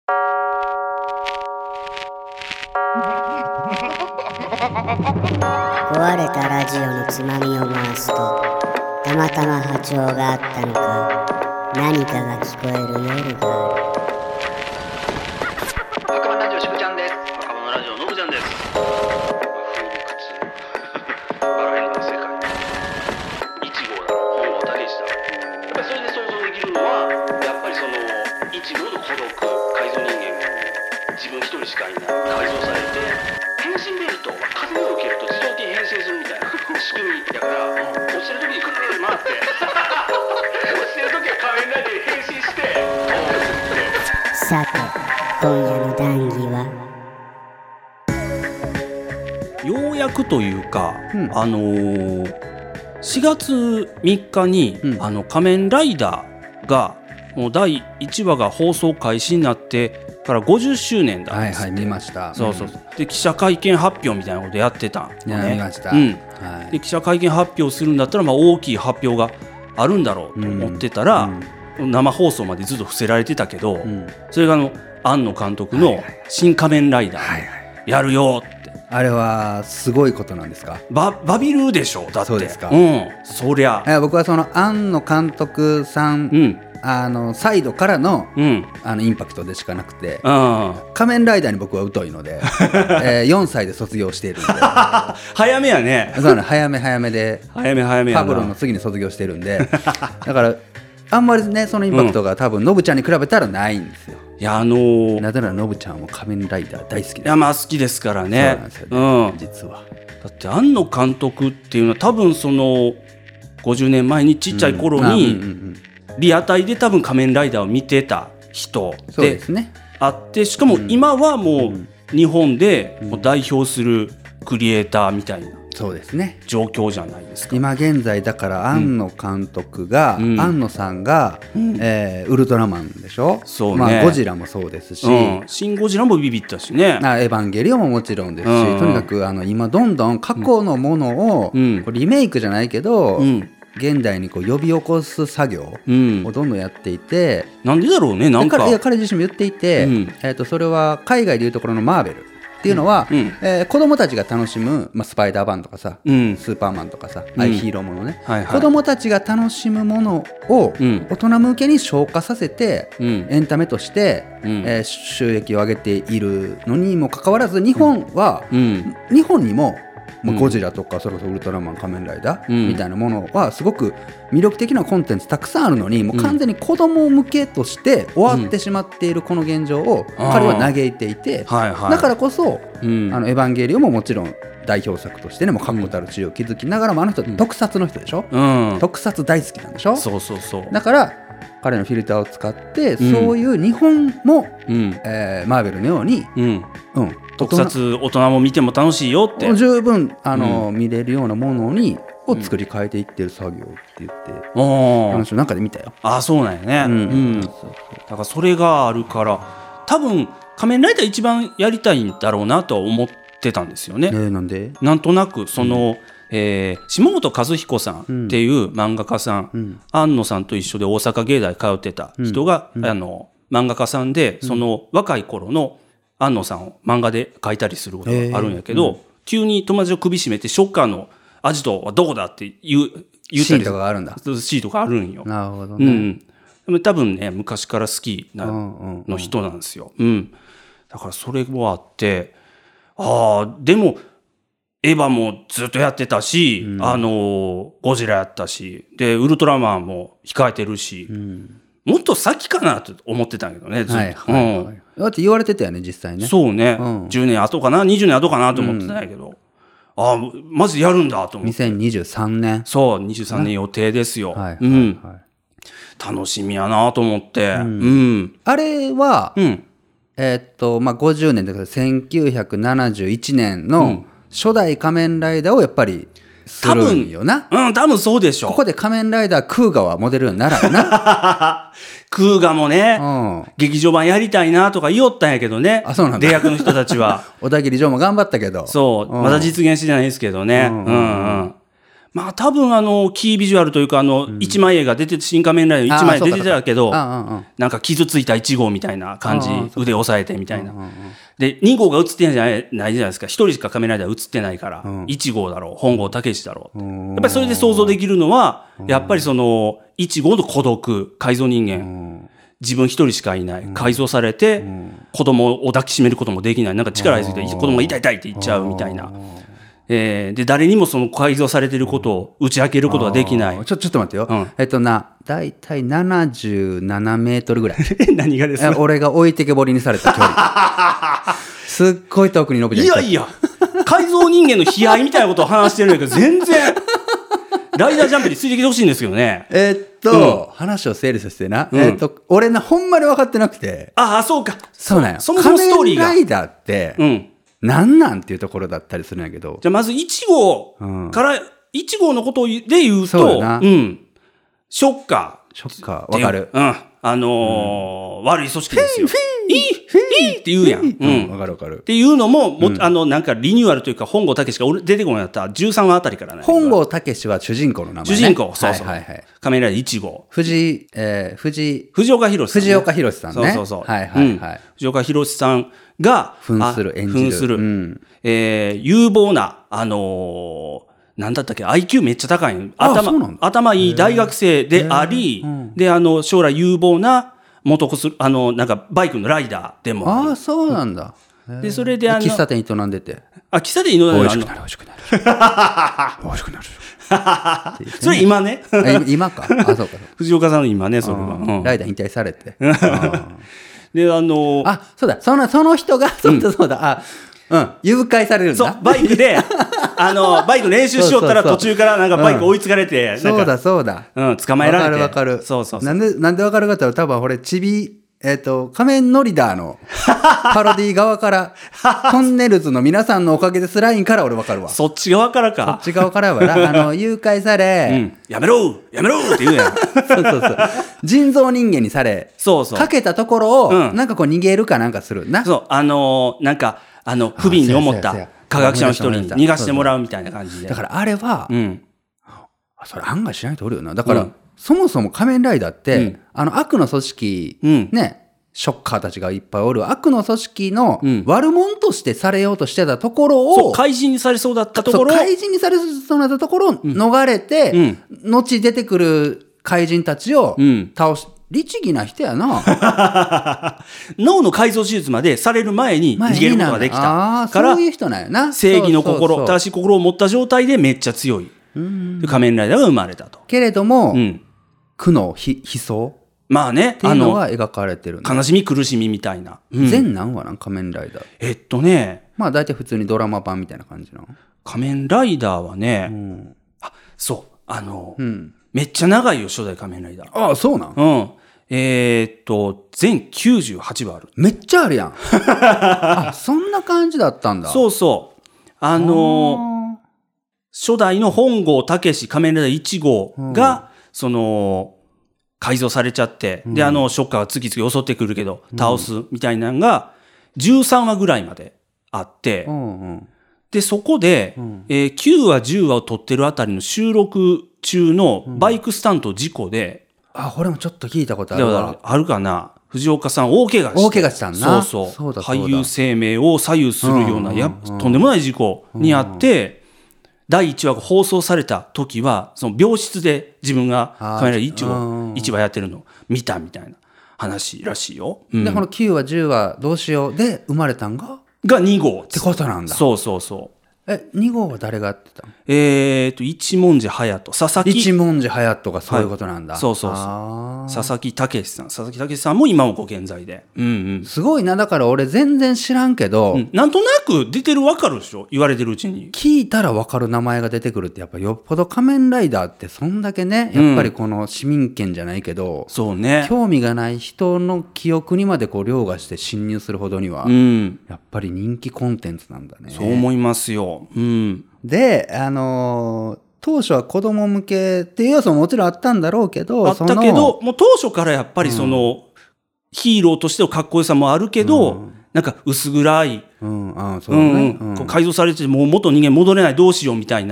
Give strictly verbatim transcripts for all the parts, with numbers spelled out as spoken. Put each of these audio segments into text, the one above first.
壊れたラジオのつまみを回すと、たまたま波長があったのか、何かが聞こえる夜がある。 赤羽ラジオしぶちゃんです。 赤羽ラジオのぶちゃんです。 風にかつバラエティの世界いち号だろ本郷武史だろ。やっぱりそれで想像できるのは、やっぱりそのいち号の孤独改造人間が自分一人しかいない改造されて、変身ベルトは風を受けると自動的に変身するみたいな仕組みだから、落ちてる時にくるくる回って落ちてる時は仮面ライダーに変身してさて、今夜の談義はようやくというか、 うん、 あのー、しがつみっかに、うん、あの仮面ライダーがもうだいいちわが放送開始になってからごじゅっしゅうねんだんですって。 はいはい、見ました。 そうそうそう、うん、で記者会見発表みたいなことやってたん、ね、 いや見ました、 うんはい、 で記者会見発表するんだったら、まあ、大きい発表があるんだろうと思ってたら、うん、生放送までずっと伏せられてたけど、うん、それがあの庵野監督の新仮面ライダーやるよって、 あれはすごいことなんですか？ バ, バビるでしょ。だってそうですか、 うん、そりゃいや僕はその庵野監督さん、うん、あのサイドからの、うん、あのインパクトでしかなくて、仮面ライダーに僕は疎いので、えー、よんさいで卒業しているんで早めやね。 そうね、早め早めで早め早めやな。 パブロの次に卒業してるんでだからあんまりねそのインパクトが多分ノブちゃんに比べたらないんですよ。 いや、あのー、 なぜならノブちゃんも仮面ライダー大好きです。 いや、まあ好きですからね。 そうなんですよね、うん、実はだって庵野監督っていうのは多分そのごじゅうねんまえにちっちゃい頃にリアタイで多分仮面ライダーを見てた人であって、しかも今はもう日本で代表するクリエイターみたいなそうですね状況じゃないですか。 今現在だから庵野監督が、うん、庵野さんが、うんえー、ウルトラマンでしょ。 そうね、 まあ、ゴジラもそうですし、うん、 シンゴジラもビビったしね。 あエヴァンゲリオンももちろんですし、うん、とにかくあの今どんどん過去のものを、うん、これリメイクじゃないけど、うん、現代にこう呼び起こす作業をどんどんやっていて、 うん、なんでだろうね。なんかいや彼自身も言っていて、うんえー、とそれは海外でいうところのマーベルっていうのは、うんえー、子供たちが楽しむ、まあ、スパイダーマンとかさ、うん、スーパーマンとかさ、うん、ああいうヒーローものね、はいはい、子供たちが楽しむものを大人向けに消化させて、うん、エンタメとして、うんえー、収益を上げているのにもかかわらず日本は、うん、日本にもまあ、ゴジラとかそれこそウルトラマン仮面ライダーみたいなものはすごく魅力的なコンテンツたくさんあるのに、もう完全に子供向けとして終わってしまっているこの現状を彼は嘆いていて、だからこそあのエヴァンゲリオンももちろん代表作としてね、もう確固たる地位を築きながらも、あの人特撮の人でしょ、うん、特撮大好きなんでしょ。 そうそうそう。 だから彼のフィルターを使って、うん、そういう日本も、うんえー、マーベルのように、うんうん、特撮大人も見ても楽しいよって十分あの、うん、見れるようなものにを作り変えていってる作業って言って、うん、話の中で見たよ。 ああそうなんやね、うんうん、だからそれがあるから多分仮面ライダー一番やりたいんだろうなとは思ってたんですよね、 えー、なんでなんとなくその、うんえー、下本和彦さんっていう漫画家さん、うん、庵野さんと一緒で大阪芸大通ってた人が、うん、あの漫画家さんで、うん、その若い頃の庵野さんを漫画で描いたりすることがあるんやけど、えーうん、急に友達を首絞めてショッカーのアジトはどこだって言う、言ったりシートがあるんだ。 シートがあるんよ。 なるほどね、 うん、多分ね昔から好きなの人なんですよ、うんうんうん、だからそれもあってああでもエヴァもずっとやってたし、うん、あのゴジラやったしでウルトラマンも控えてるし、うん、もっと先かなと思ってたんやけどねずっと、はいはいはい、 だって言われてたよね実際ね。 そうね、うん、じゅうねんごかなにじゅうねんごかなと思ってたんやけど、うん、ああまずやるんだと思って。 にせんにじゅうさんねんそうにじゅうさんねん予定ですよ、はいはいはいうん、楽しみやなと思って、うんうん、あれは、うんえーっとまあ、ごじゅうねんだからせんきゅうひゃくななじゅういちねんの、うん初代仮面ライダーをやっぱりするんよな。 多分、うん、多分そうでしょ。 ここで仮面ライダークーガはモデルにならんな。 クーガもね、うん、劇場版やりたいなとか言おったんやけどね。 あ、そうなんだ。 出役の人たちは。 小田切城も頑張ったけど。 そう、まだ実現してないですけどね。うんうんうん、 まあ多分あのキービジュアルというかあの一枚絵が出て新仮面ライダーの一枚絵出てたけどなんか傷ついたいち号みたいな感じ腕押さえてみたいなでに号が映ってないじゃないじゃないですかひとりしか仮面ライダー映ってないからいち号だろう本郷武史だろうってやっぱりそれで想像できるのはやっぱりそのいち号の孤独改造人間自分一人しかいない改造されて子供を抱きしめることもできないなんか力入れすぎて子供が痛い痛いって言っちゃうみたいな。えー、で誰にもその改造されていることを打ち明けることができない。 ちょちょっと待ってよ、うん、えっとなだいたいななじゅうななメートルぐらい何がですか俺が置いてけぼりにされた距離すっごい遠くに伸びていやいや改造人間の悲哀みたいなことを話してるんだけど全然ライダージャンプについてきてほしいんですけどね。 えー、っと、うん、話を整理させてな、うん、えー、っと俺なほんまに分かってなくてああそうかそうなんよそもそもストーリーが仮面ライダーって、うんなんなんっていうところだったりするんやけどじゃあまずいち号から、うん、いち号のことで言うとう、うん、ショッカーショッカーわかるうんあのーうん、悪い組織ですよいいいいって言うやんわ、 うん、かるわかるっていうのも、も、うん、あのなんかリニューアルというか本郷武史が出てこなかったじゅうさんわあたりからね本郷武史は主人公の名前、ね、 主人公そうそう、 はいはいはい、 仮面ライダーいち号藤井、えー、藤藤岡弘さん、ね、 藤岡弘さんねそうそうそうはいはいはい、うん、 藤岡弘さんが扮する演じる扮する、 うんえー、有望なあのーなんだったっけ アイキュー めっちゃ高い頭頭いい大学生であり、うん、であの将来有望な元こすあのなんかバイクのライダーでもああそうなんだ、 うん、でそれであの喫茶店営んでてあ喫茶店営んでて美味しくなる美味しくなる美味しくなるそれ今ね今かあそうか藤岡さんの今ねそれは、 うん、ライダー引退されてであのあそうだそのその人がそうだそうだ、うん、あうん誘拐されるんだそうバイクであのバイク練習しよったら途中からなんかバイク追いつかれて、うん、 そうだそうだうん捕まえられてわかるわかるそうそうそうなんでなんでわかるかって言ったら多分俺ちびえっ、ー、と仮面ノリダーのパロディ側からトンネルズの皆さんのおかげですラインから俺わかるわそっち側からかそっち側からはなあの誘拐され、 うん、やめろやめろって言うやんそうそうそう人造人間にされそうそうかけたところを、うん、なんかこう逃げるかなんかするなそうあのー、なんかあの不憫に思った科学者の一人に逃がしてもらうみたいな感じでだからあれは、うん、それ案外しないとおるよなだから、うん、そもそも仮面ライダーって、うん、あの悪の組織、うん、ねショッカーたちがいっぱいおる悪の組織の悪者としてされようとしてたところを、 そう怪人にされそうだったところ怪人にされそうだったところを逃れて、うん、後出てくる怪人たちを倒し、うん律儀な人やな脳の改造手術までされる前に逃げることができたからそういう人なんやな正義の心正しい心を持った状態でめっちゃ強い仮面ライダーが生まれたとけれども、うん、苦悩悲壮まあねっていうのが描かれてる悲しみ苦しみみたいな、 うん、全何話なん仮面ライダーえっとねまあ大体普通にドラマ版みたいな感じな仮面ライダーはね、うん、あそうあの、うん、めっちゃ長いよ初代仮面ライダーああそうなんうんえー、っと全きゅうじゅうはちわあるめっちゃあるやんあそんな感じだったんだそうそうあのー、初代の本郷武史仮面ライダーいち号が、うん、その改造されちゃって、うん、であのショッカーが次々襲ってくるけど倒すみたいなのがじゅうさんわぐらいまであって、うんうん、でそこで、うんえー、きゅうわじゅうわを撮ってるあたりの収録中のバイクスタント事故で、うんあ、これもちょっと聞いたことあるわ。 あるかな藤岡さん大怪我して。 大怪我したんな。 そうそう。そうだそうだ俳優生命を左右するような、うんやうん、とんでもない事故にあって、うん、だいいちわが放送された時は、その病室で自分がカメラいちわ、いちわやってるのを見たみたいな話らしいよ。 うん、で、このきゅうわ、じゅうわどうしようで生まれたんががに号ってことなんだ。 そうそうそう。 え、に号は誰がやってたの？ えーと、一文字隼人、佐々木。 一文字隼人がそういうことなんだ。 はい、そうそうそう。佐々木武さん、佐々木武さんも今もご健在で。うんうん。 すごいな、だから俺全然知らんけど。うん、 なんとなく出てる分かるでしょ言われてるうちに。 聞いたら分かる名前が出てくるって、やっぱよっぽど仮面ライダーってそんだけね、やっぱりこの市民権じゃないけど、 うん、そうね。 興味がない人の記憶にまでこう凌駕して侵入するほどには、うん、やっぱり人気コンテンツなんだね。 そう思いますよ。うん。 で、あのー、当初は子供向けっていう要素ももちろんあったんだろうけど、 あったけど、もう当初からやっぱりその、うん、ヒーローとしてのかっこよさもあるけど、うん、なんか薄暗い、 うんああそうねうん、 こう改造されてもう元人間戻れないどうしようみたいな、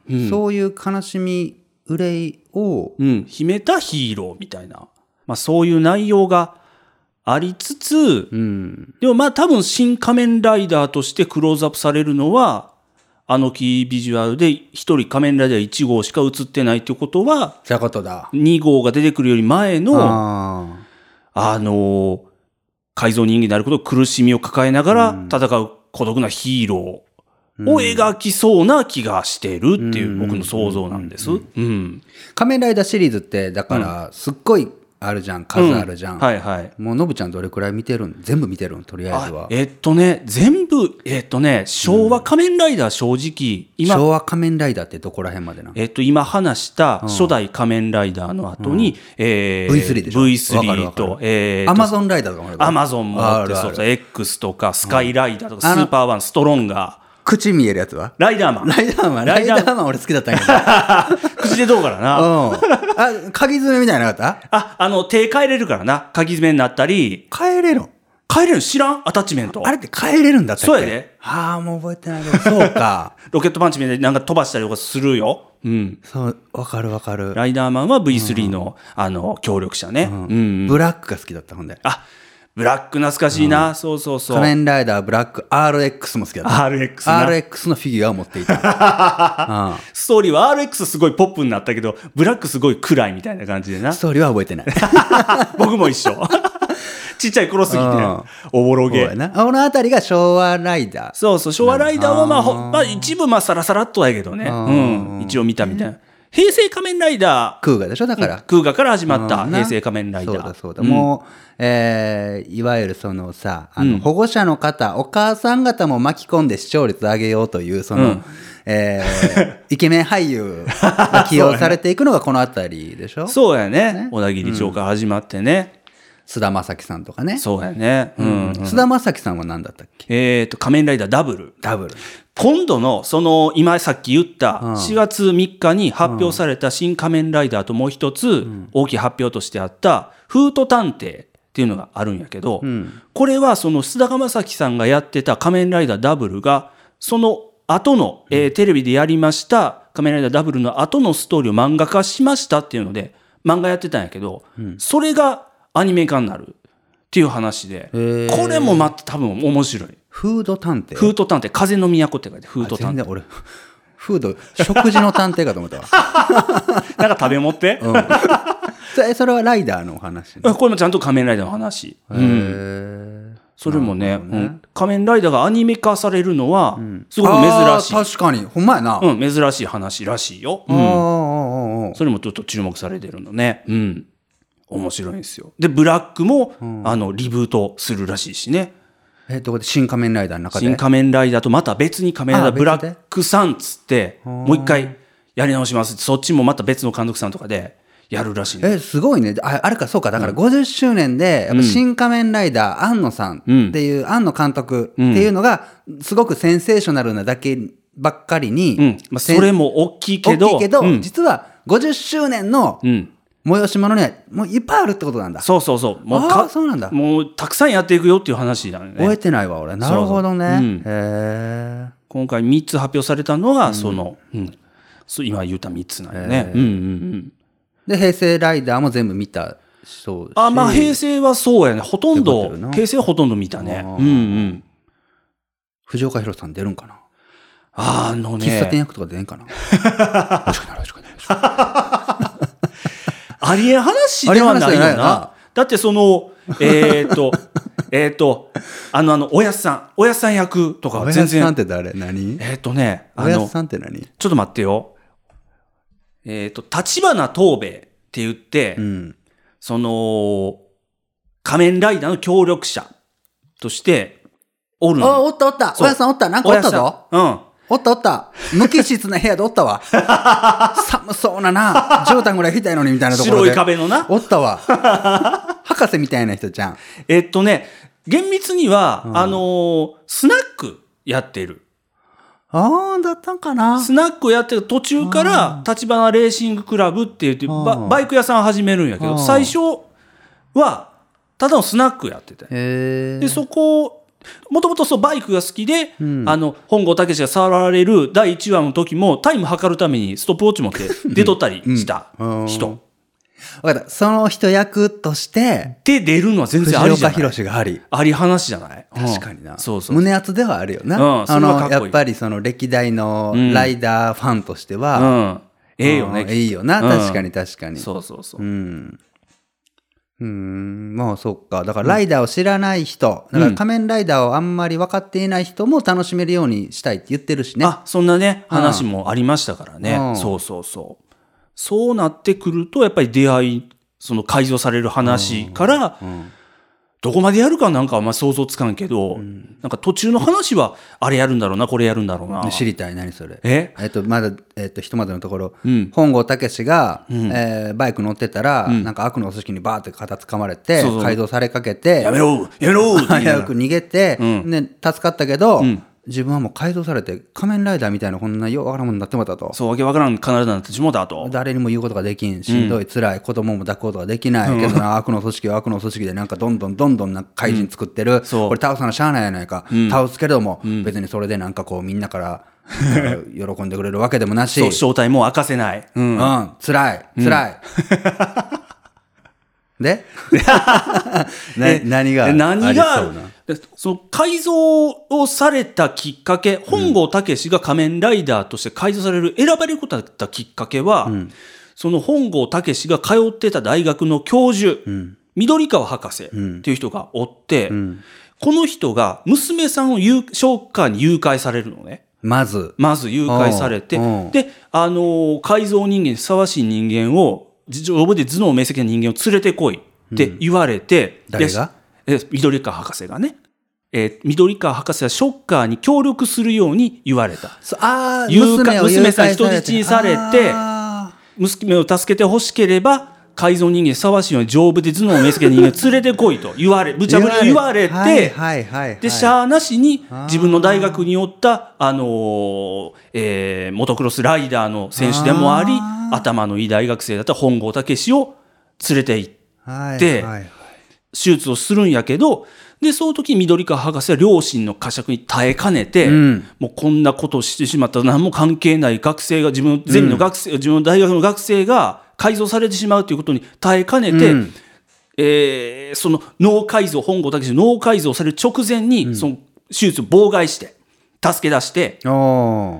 うん、 そういう悲しみ憂いを、 うん、秘めたヒーローみたいな、まあ、そういう内容がありつつ、うん、でもまあ多分新仮面ライダーとしてクローズアップされるのはあのキービジュアルで一人仮面ライダーいち号しか映ってないってことは、 そういうことだ。 に号が出てくるより前の、あ, あの、改造人間になること苦しみを抱えながら戦う孤独なヒーローを描きそうな気がしてるっていう僕の想像なんです。 仮面ライダーシリーズってだからすっごいあるじゃん、数あるじゃん、うん、 はいはい。 もうのぶちゃんどれくらい見てるん？全部見てるん？とりあえずは。 えっとね全部えっとね昭和仮面ライダー正直、 今昭和仮面ライダーってどこら辺までなの？ えっと今話した初代仮面ライダーの後に、うんえー、 ブイスリー でしょ？ ブイスリー とえアマゾンライダーとかもあるから。 アマゾンもあって、そうそう X とかスカイライダーとか、うん、スーパーワンストロンガー。 口見えるやつはライダーマン。 ライダーマン。ライダーマン俺好きだったんやけど。 口でどうからな。 うん。あ、鍵爪みたいなのなかった？ あ、あの、手変えれるからな。鍵爪になったり。 変えれるの？ 変えれる知らん？アタッチメント。 あれって変えれるんだったっけ？ そうやで。 はあ、もう覚えてないけど、そうか。 ロケットパンチみたいになんか飛ばしたりとかするよ。うん。 そう、わかるわかる。 ライダーマンは ブイスリー の、うん、あの、協力者ね。うん。うん、 ブラックが好きだったほんで。 あ、ブラック懐かしいな、うん、そうそうそう。 仮面ライダーブラック アールエックス も好きだった。 アールエックス な。 アールエックス のフィギュアを持っていた。 うん、ストーリーは アールエックス すごいポップになったけど、ブラックすごい暗いみたいな感じでな。 ストーリーは覚えてない。 僕も一緒。ちっちゃい頃すぎて、おぼろげ。 このあたりが昭和ライダー。 そうそう、昭和ライダーはまあ、まあ、一部まあサラサラっとやけどね。うん。一応見たみたいな。平成仮面ライダー。 クーガでしょだから、うん、 クーガから始まった平成仮面ライダー。 そうだそうだ。うん、もう、えー、いわゆるそのさ、あの、保護者の方、うん、お母さん方も巻き込んで視聴率上げようという、その、うん、えー、イケメン俳優が起用されていくのがこのあたりでしょ？ そうやね。ね、小田切長から始まってね。 菅田将暉さんとかね。 そうやね。うんうん、 菅田将暉さんは何だったっけ？ えっと、仮面ライダーダブル。 ダブル。 今度の、その、今さっき言ったしがつみっかに発表された新仮面ライダーともう一つ大きい発表としてあったフート探偵っていうのがあるんやけど、うん、これはその菅田将暉さんがやってた仮面ライダーダブルが、その後の、えー、テレビでやりました仮面ライダーダブルの後のストーリーを漫画化しましたっていうので、漫画やってたんやけど、うん、それがアニメ化になるっていう話で、これもまた多分面白い。 フード探偵？ フード探偵、風の都って書いてフード探偵。 全然俺、フード、食事の探偵かと思ったわ。 なんか食べ物って、うん、 そ, それはライダーのお話、 ね、これもちゃんと仮面ライダーの話。へうん、それも ね, ね、うん、仮面ライダーがアニメ化されるのはすごく珍しい、 うん、確かにほんまやな、 うん、珍しい話らしいよ、うん、それもちょっと注目されてるのね、うん、面白いんですよ。でブラックも、うん、あのリブートするらしいしね。 えどこで新仮面ライダーの中で？ 新仮面ライダーとまた別に仮面ライダーブラックさんっつってもう一回やり直しますって、そっちもまた別の監督さんとかでやるらしい、ね、 えすごいね。 あ, あれかそうかだからごじゅっしゅうねんでやっぱ新仮面ライダー庵野さんっていう、うん、庵野監督っていうのがすごくセンセーショナルなだけばっかりに、 うんまあ、それも大きいけど大きいけど、うん、実はごじゅっしゅうねんの、うん催し物にはもういっぱいあるってことなんだ。 そうそうそう。 もうかあそうなんだ。 もうたくさんやっていくよっていう話だね。 覚えてないわ俺。なるほどね。そうそう、うん、へ今回みっつ発表されたのが、うん、その、うん、今言ったみっつなんよね。うんうんうん。 で平成ライダーも全部見たそうし。 あまあ平成はそうやね。ほとんど平成はほとんど見たね。うんうん。 藤岡弘さん出るんかな。 あのね。 喫茶店役とか出んかな。よろしくなよろしくなよろしくな。 ありえん話ではないよな。なだってその、えっ、ー、と、えっ、ー、と、あの、あの、おやすさん、おやすさん役とか全然。 おやすさんって誰？何？ えっ、ー、とね、 あの、おやすさんって何？ ちょっと待ってよ。えっ、ー、と、立花東兵衛って言って、うん、その、仮面ライダーの協力者として、おるの。 あ、おったおった。おやすさんおった。なんかおったぞ。うん。おったおった。無機質な部屋でおったわ。寒そうなな。絨毯ぐらい引いたいのにみたいなところで。 白い壁のな。 おったわ。博士みたいな人じゃん。 えっとね、厳密には、うん、あのー、スナックやってる。 ああ、だったんかな。 スナックをやってる途中から、立花レーシングクラブって言ってバ、バイク屋さん始めるんやけど、最初は、ただのスナックやってて。で、そこ、 もともとそうバイクが好きで、 うん、 あの本郷武が触られるだいいちわの時もタイム測るためにストップウォッチ持って出とったりした人、うんうん、 分かった。その人役としてで出るのは全然ありじゃない。 藤岡弘がありあり話じゃない。 確かにな、 うん、そうそう胸熱ではあるよな、うん、あのやっぱりその歴代のライダーファンとしては、うんうん、 ええよね。 いいよな、確かに確かに、 うん、そうそうそう、 うんうーん、まあそっか。だからライダーを知らない人、うん、だから仮面ライダーをあんまり分かっていない人も楽しめるようにしたいって言ってるしね。 あ、そんなね話もありましたからね、うん、そうそうそうそうなってくるとやっぱり出会い、その改造される話から、うんうん、どこまでやるかなんかあんま想像つかんけど、うん、なんか途中の話はあれやるんだろうなこれやるんだろうな。 知りたい。何それ。 ええっとまだ、えっと、ひとまずのところ、うん、本郷武が、うんえー、バイク乗ってたら、うん、なんか悪の組織にバーって肩つかまれて、そうそう改造されかけてやめろやめろ早く逃げて、うん、ね、助かったけど、うん自分はもう改造されて仮面ライダーみたいなこんなようわからんものになってもらったと。 そうわけわからん体になってしもうたと。 誰にも言うことができん、しんどい、辛い、子供も抱くことができない、うん、けどな悪の組織は悪の組織でなんかどんどんどんどんなんか怪人作ってる、うん、これ倒さなしゃあないやないか、うん、倒すけれども、うん、別にそれでなんかこうみんなから喜んでくれるわけでもなしそう正体も明かせない、 うん、うん、辛い辛い、うん、でな何が何がその改造をされたきっかけ、本郷武が仮面ライダーとして改造される選ばれることだったきっかけは、うん、その本郷武が通ってた大学の教授、うん、緑川博士っていう人がおって、うん、この人が娘さんをショッカーに誘拐されるのね。 まずまず誘拐されて、で、あのー、改造人間にふさわしい人間を丈夫で頭脳明晰な人間を連れてこいって言われて、 うん、誰が緑川博士がね、えー、緑川博士はショッカーに協力するように言われた。 あ娘, 娘さん人質にされて娘を助けてほしければ改造人間にふさわしいように丈夫で頭脳明晰な人間を連れてこいと言われ無茶ぶり言われて、はいはいはいはい、でシャアなしに自分の大学におった、あのーえー、モトクロスライダーの選手でもあり頭のいい大学生だった本郷武を連れて行って、はいはいはい、手術をするんやけど、でその時緑川博士は両親の呵責に耐えかねて、うん、もうこんなことをしてしまった何も関係ない学生が自分のゼミの学生、うん、自分の大学の学生が改造されてしまうということに耐えかねて、うんえー、その脳改造本郷武脳改造される直前に、うん、その手術を妨害して助け出して、うん、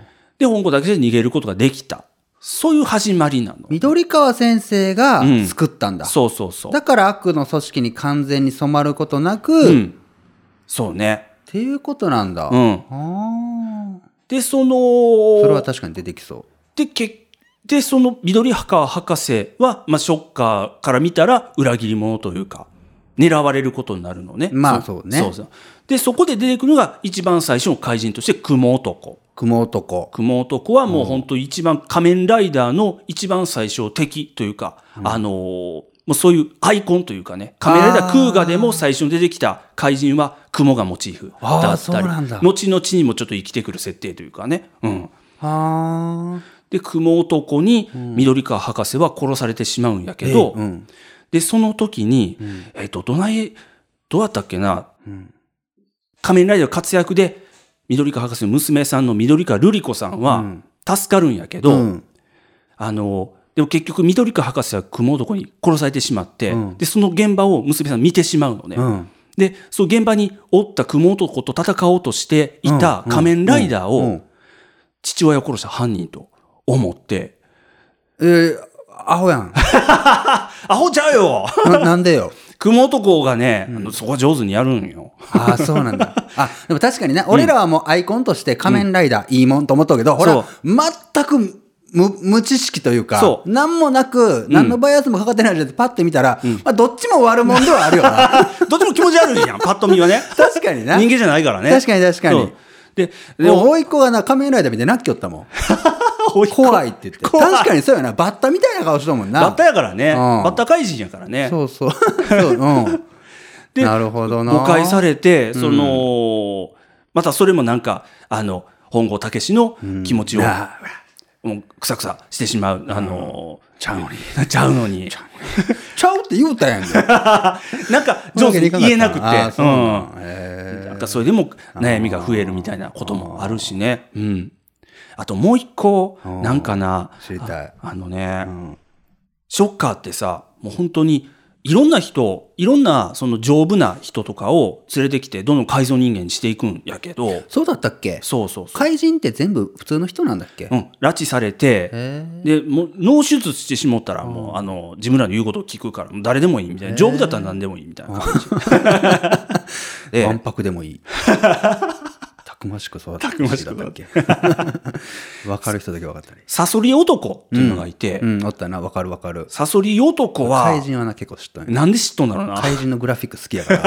で本郷武で逃げることができた。そういう始まりなの。 緑川先生が作ったんだ、 うん、そうそうそう。 だから悪の組織に完全に染まることなく、 うん、そうねっていうことなんだ、 うん、あでそのそれは確かに出てきそうでけでその緑川博士は、まあ、ショッカーから見たら裏切り者というか狙われることになるのね。 まあそうね。 そうそう。でそこで出てくるのが一番最初の怪人として雲男。 雲男。 雲男はもう本当一番仮面ライダーの一番最初敵というか、うん、あのー、もうそういうアイコンというかね、仮面ライダークーガでも最初に出てきた怪人は雲がモチーフだったり、後々にもちょっと生きてくる設定というかね。うん。 はで雲男に緑川博士は殺されてしまうんやけど、 うん、 でその時に、うん、えっとどないどうやったっけな、うん、仮面ライダー活躍で緑川博士の娘さんの緑川瑠璃子さんは助かるんやけど、うん、あのでも結局緑川博士は雲男に殺されてしまって、うん、でその現場を娘さん見てしまうのね、うん、でその現場におった雲男と戦おうとしていた仮面ライダーを父親を殺した犯人と思って、 えー、アホやんアホちゃうよな, なんでよ雲男がね、うん、そこは上手にやるんよ。 ああそうなんだ。あでも確かにね、俺らはもうアイコンとして仮面ライダー、うん、いいもんと思ったけど、ほら全く 無, 無知識というか、そう何もなく何のバイアスもかかってないじゃん、パッて見たら、うんまあ、どっちも悪者ではあるよな。 どっちも気持ち悪いやんパッと見はね。 確かにな。 人間じゃないからね。 確かに確かに。ででも甥っ子がな仮面ライダー見て泣きよったもん。怖いって言って。確かにそうやな。バッタみたいな顔しとるもんな。 バッタやからね、うん、バッタ怪人やからね。 そうそうそう、うん、でなるほどな。 誤解されてその、うん、またそれもなんかあの本郷武の気持ちを、うん、もうクサクサしてしまう、あのー、ちゃうのにちゃうのにちゃうって言うたやん。 なんか上手に言えなくて。 あそうなん、うん、へかそれでも悩みが増えるみたいなこともあるしね。うん。あともう一個、なんかな、 知りたい。 あ, あのね、うん、ショッカーってさ、もう本当にいろんな人、いろんなその丈夫な人とかを連れてきて、どんどん改造人間にしていくんやけど。 そうだったっけ？ そうそうそう。 怪人って全部普通の人なんだっけ？ うん。拉致されて、で、もう脳手術してしもったら、もう、あの、自分らの言うことを聞くから、誰でもいいみたいな。丈夫だったら何でもいいみたいな感じ。 わんぱくでもいい。たくましく育ったたくましくだっけ？わかる人だけわかったり。 サソリ男っていうのがいて、 うん、うん、おったな、わかるわかる。 サソリ男は、 怪人はな、結構知っとんや。 なんで知っとんだろうな。 怪人のグラフィック好きやから。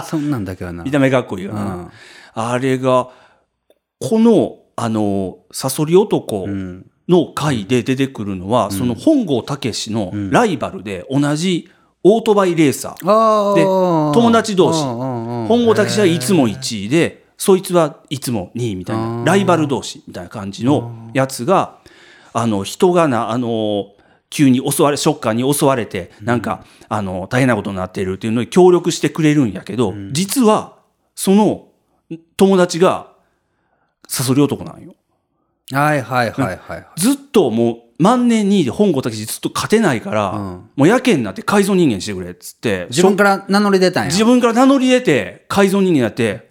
そんなんだけはな。 見た目かっこいいよな。うん、あれが、この、あの、サソリ男の回で出てくるのは、うん、その本郷武のライバルで同じオートバイレーサー。うん、で、友達同士。本郷武はいつもいちいで、そいつはいつもにいみたいな、ライバル同士みたいな感じのやつが、あの、人がな、あの、急に襲われ、ショッカーに襲われて、なんか、あの、大変なことになっているっていうのに協力してくれるんやけど、うん、実は、その友達が、サソリ男なんよ。 はいはいはいはい。 ずっともう、万年にいで本郷武ずっと勝てないから、うん、もうやけになって改造人間にしてくれっつって。 自分から名乗り出たんや。 自分から名乗り出て、改造人間になって、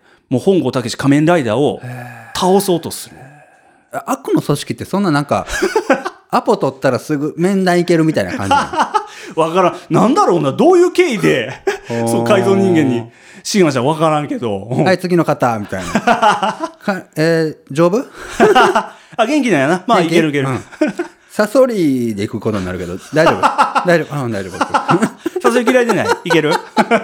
もう本郷武仮面ライダーを倒そうとする。 悪の組織ってそんななんか、アポ取ったらすぐ面談いけるみたいな感じわからん。なんだろうな、どういう経緯で、そう改造人間に志願したらわからんけど。 はい、次の方、みたいな。かえー、丈夫あ、元気なんやな。まあ、いけるいける。うん、 サソリで行くことになるけど、大丈夫大丈夫うん、大丈夫。 サソリ嫌いでないいける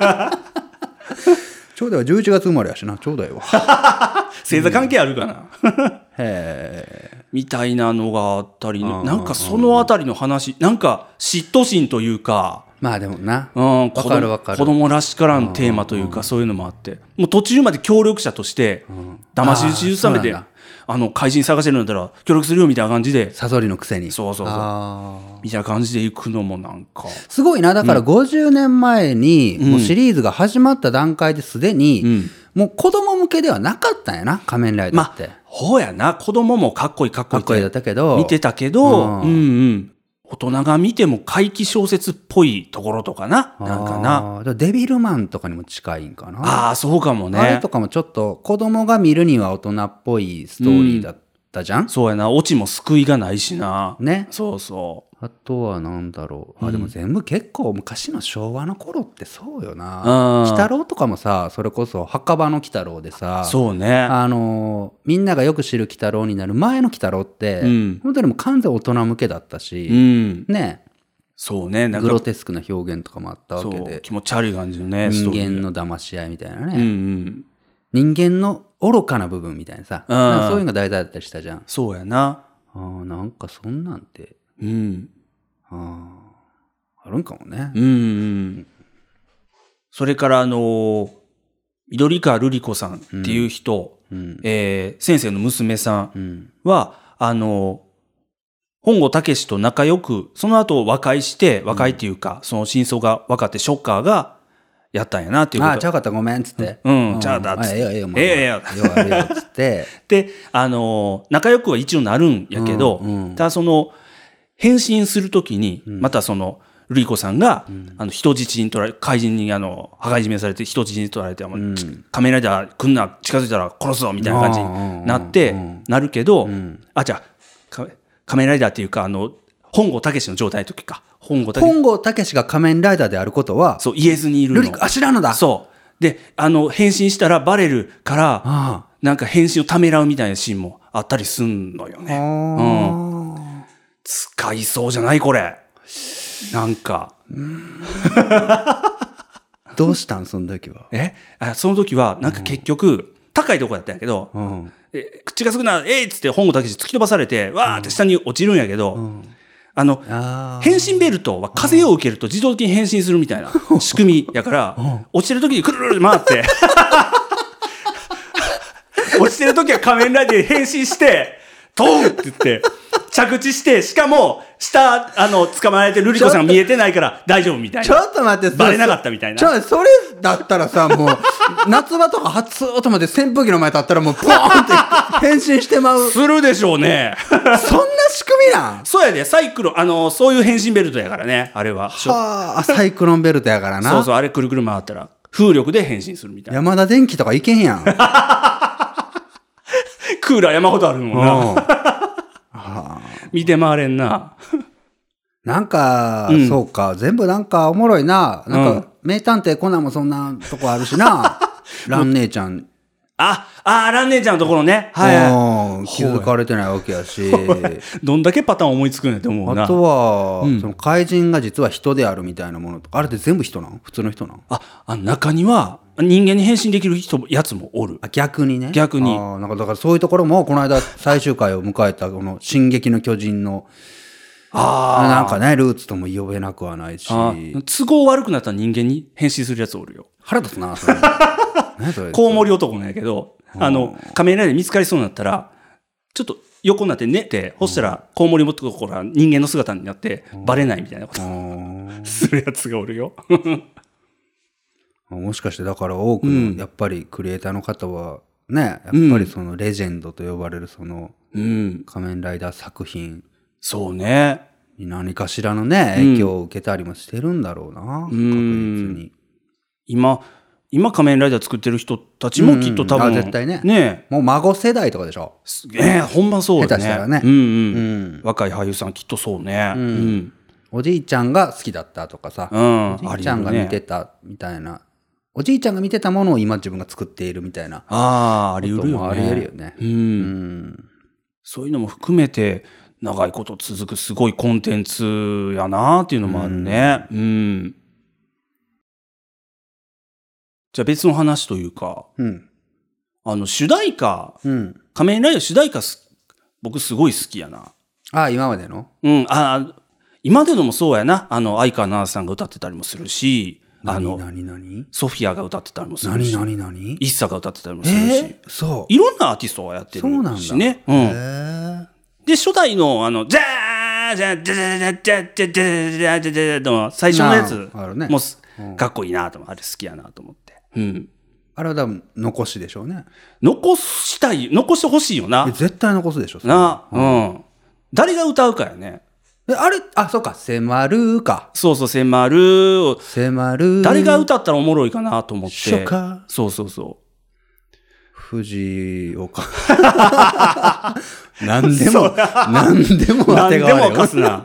ちょうだいはじゅういちがつ生まれやしな、ちょうだいは。 星座関係あるかな、うん、 へーみたいなのがあったり、なんかそのあたりの話、なんか嫉妬心というか、 まあでもな、 うん、わかるわかる。子供らしからんテーマというか、そういうのもあって、もう途中まで協力者として、騙し討ちさめて、あの怪人探してるんだったら協力するよみたいな感じで、 サソリのくせに、 そうそうそうみたいな感じで行くのもなんかすごいな。だからごじゅうねんまえに、もうシリーズが始まった段階ですでに、うん、もう子供向けではなかったんやな、仮面ライダーって。まあ、 ほうやな。子供もかっこいいかっこいいかっこいいだったけど見てたけど、うん、うんうん大人が見ても怪奇小説っぽいところとかな。なんかな。 デビルマンとかにも近いんかな。 ああ、そうかもね。 あれとかもちょっと子供が見るには大人っぽいストーリーだったじゃん、うん、 そうやな。オチも救いがないしな。 ね。 そうそう。 あとはなんだろう。あ、でも全部結構昔の昭和の頃ってそうよな。鬼太郎とかもさ、それこそ墓場の鬼太郎でさ、 そうね。 あのー、みんながよく知る鬼太郎になる前の鬼太郎って、うん、本当にもう完全大人向けだったし、うん、ね。 そうね。 なんかグロテスクな表現とかもあったわけで。 気持ち悪い感じのね。 人間の騙し合いみたいなね。うんうん、人間の愚かな部分みたいなさ、うん、なんかそういうのが題材だったりしたじゃん。 そうやな。 ああ、なんかそんなんて。 うん。 ああ、あるんかもね。 うん、うん。それからあのー、緑川瑠璃子さんっていう人、うん、えー、先生の娘さんは、うん、あのー、本郷武と仲良く、その後和解して、和解っていうか、うん、その真相が分かってショッカーがやったんやなっていうこと。 ああ、ちゃうかったごめんっつって。 うん、うん、ちゃうだっつって。 ええよええよ、 ええよ。 よあるよっつって。 で、あのー、仲良くは一応なるんやけど、うんうん、ただその、変身するときに、またその、瑠璃子さんが、うん、あの、人質に取られ、怪人にあの、羽交い締めされて人質に取られて、うん、仮面ライダー来んな、近づいたら殺すぞ、みたいな感じになって、なるけど、うん、あ、じゃあ、仮面ライダーっていうか、あの、本郷武の状態の時か。 本郷武。本郷武が仮面ライダーであることは、 そう、言えずにいるの。 瑠璃子、あ、知らんのだ。 そう。で、あの、変身したらバレるから、ああなんか変身をためらうみたいなシーンもあったりすんのよね。うん。使いそうじゃないこれ。なんか。 どうしたんその時は。 えあその時は、なんか結局、うん、高いとこやったんやけど、うん、え口がすくな、えいっつって本郷武突き飛ばされて、わーって下に落ちるんやけど、うん、あのあ、変身ベルトは風を受けると自動的に変身するみたいな仕組みやから、うん、落ちてる時にくるるる回って、落ちてる時は仮面ライダーで変身して、トンって言って、着地して、しかも、下、あの、捕まえてる瑠璃子さんが見えてないから大丈夫みたいな。 ちょっと待って、 バレなかったみたいな。 ちょっと、それだったらさ、もう、 夏場とか初音まで扇風機の前立ったらもうポーンって変身してまう。 するでしょうね。 そんな仕組みなん？ そうやで、サイクロン、あの、そういう変身ベルトやからね、あれは。 はあ、サイクロンベルトやからな。 そうそう、あれくるくる回ったら、風力で変身するみたいな。 山田電機とかいけんやん。 クーラー山ほどあるもんな。はあ、見て回れんな。 なんか、うん、そうか、全部なんかおもろいな。なんか、うん、名探偵コナンもそんなとこあるしな。ラン姉ちゃん。 あ、あ、ラン姉ちゃんのところね。はい、はい。 気づかれてないわけやし。 どんだけパターン思いつくんやって思うな。 あとは、うん、その怪人が実は人であるみたいなものとか、あれって全部人なの？普通の人なの？ あ、あの中には、人間に変身できる人やつもおる。 あ、逆にね。 逆に。 あ、なんかだからそういうところも、この間最終回を迎えた、この進撃の巨人の、あなんかね、ルーツとも呼べなくはないし。 都合悪くなったら人間に変身するやつおるよ。 腹立つな、それ。 何それ。コウモリ男なんやけど、あの、仮面ライダー見つかりそうになったら、ちょっと横になって寝て、そしたらコウモリ男が人間の姿になってバレないみたいなことするやつがおるよ。 もしかしてだから多くのやっぱりクリエイターの方はね、やっぱりそのレジェンドと呼ばれるその仮面ライダー作品、 そうね、 に何かしらのね影響を受けたりもしてるんだろうな、うん、確実に。 今今仮面ライダー作ってる人たちもきっと多分、 うん、あ絶対ねねもう孫世代とかでしょ。 えー、ほんまそうだね。 下手したらね、 うんうんうん、若い俳優さんきっとそうね、うんうん、 おじいちゃんが好きだったとかさ、うん、おじいちゃんが見てたみたいな、おじいちゃんが見てたものを今自分が作っているみたいな、 ああ、あり得るよね。 あり得るよね、うんうん、 そういうのも含めて長いこと続くすごいコンテンツやなっていうのもあるね、うん、うん。じゃあ別の話というか、うん、あの主題歌、うん、仮面ライダー主題歌僕すごい好きやな。 ああ、今までの？ うん、あ今までのもそうやな。あの相川七瀬さんが歌ってたりもするし、あの何何ソフィアが歌ってたりもするし、 何何何イッサが歌ってたりもするし、 えー、そういろんなアーティストがやってるしね。そうなんだ。うん、へで初代のあのジャージャージャージャージャージャージャージャージャーの最初のやつもかっこいいなと思って、あれ好きやなと思って。うん、 あれは多分残しでしょうね。 残したい、残してほしいよな。 絶対残すでしょ。 な、うん、うん。誰が歌うかやね。 え、あれ、あ、そうか、迫るか。 そうそう、迫る。 迫る。 誰が歌ったらおもろいかなと思って。 初夏。 そうそうそう。 藤岡。何でも、何でも当てがわれよ。 何でもかすな。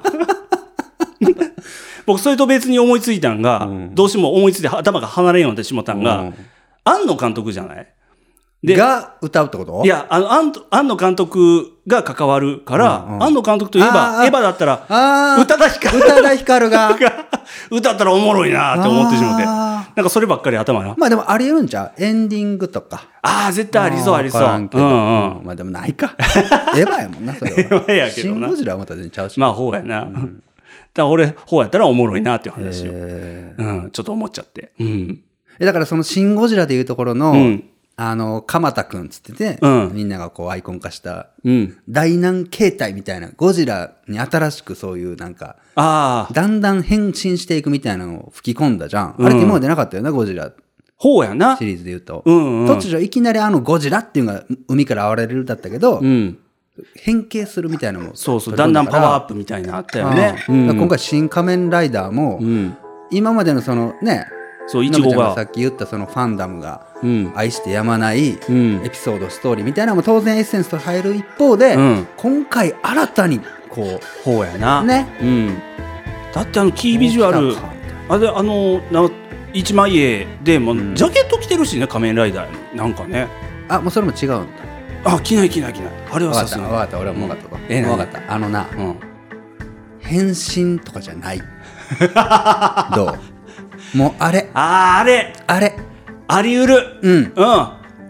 僕それと別に思いついたんが、うん、どうしても思いついて頭が離れんようになってしまったんが、うん、庵野監督じゃないでが歌うってこと？ いや、あの庵野監督が関わるから、うんうん、庵野監督といえばエヴァだったら宇多田ヒカル宇多田ヒカルが歌ったらおもろいなって思ってしまって、なんかそればっかり頭が。 まあでもあり得るんちゃう？エンディングとか。 ああ、絶対ありそうありそう。うんうん。 まあでもないか。エヴァやもんな、それは。エヴァやけどな。 シン・ゴジラはまた全然ちゃうし。 まあほうやな。うんだから俺、ほうやったらおもろいなっていう話を、うん、ちょっと思っちゃって。うん、 えだからそのシン・ゴジラでいうところの、うん、あの、鎌田くんつってて、うん、みんながこうアイコン化した、うん、大難形態みたいな、ゴジラに新しくそういうなんか、あだんだん変身していくみたいなのを吹き込んだじゃん。うん、あれって今までなかったよな、ゴジラ。 ほうやな。 シリーズで言うと。 うんうん、 突如いきなりあのゴジラっていうのが海から現れるだったけど、うん変形するみたいなのもそうそうだんだんパワーアップみたいなあったよね、 うん、今回新仮面ライダーも、うん、今までのそのねそういちごがさっき言ったそのファンダムが愛してやまないエピソードストーリーみたいなのも当然エッセンスと入る一方で、うん、今回新たにこうほうやなね、 うん、だってあのキービジュアルあれあのな一枚絵でも、うん、ジャケット着てるしね仮面ライダーなんかねあもうそれも違うんだあ、着ない着ない着ない。あれはさすがに。 分かった、俺はもう分かった。 ええ分かった。あのな、うん、変身とかじゃない。どう？もうあれ。 あー、あれ。 あれ。 あり得る。うん。うん。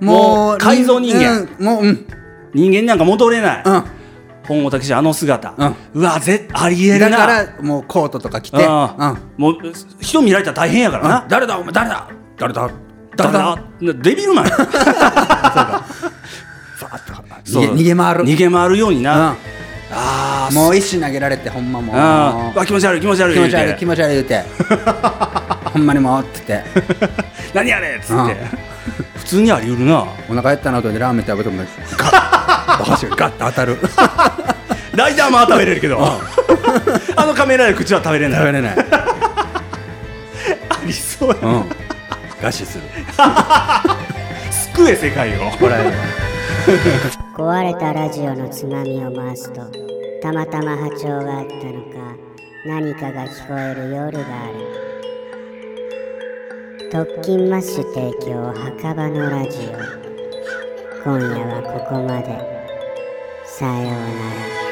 もう改造人間。 うん、もう、うん。 人間なんか戻れない。 うん。 本郷武史あの姿。 うん。 うわ、ぜあり得るな。 だからもうコートとか着て。うん。 もう人見られたら大変やからな。 誰だお前誰だ誰だ誰だデビルマン。そうか。 逃げ回る逃げ回るようにな、うん、 あもう一瞬投げられてほんまもうあ気持ち悪い気持ち悪い気持ち悪い気持ち悪い言うてほんまにもうって言って何やれっつって、 普通にあり得るな。 お腹減ったなとでラーメン食べてもガッお箸がガッと当たるライダーも食べれるけどあのカメラで口は食べれない。 食べれないありそうやな、うん、 餓死する救え世界をこらえる壊れたラジオのつまみを回すとたまたま波長があったのか何かが聞こえる夜がある。特勤マッシュ提供墓場のラジオ。今夜はここまで。さようなら。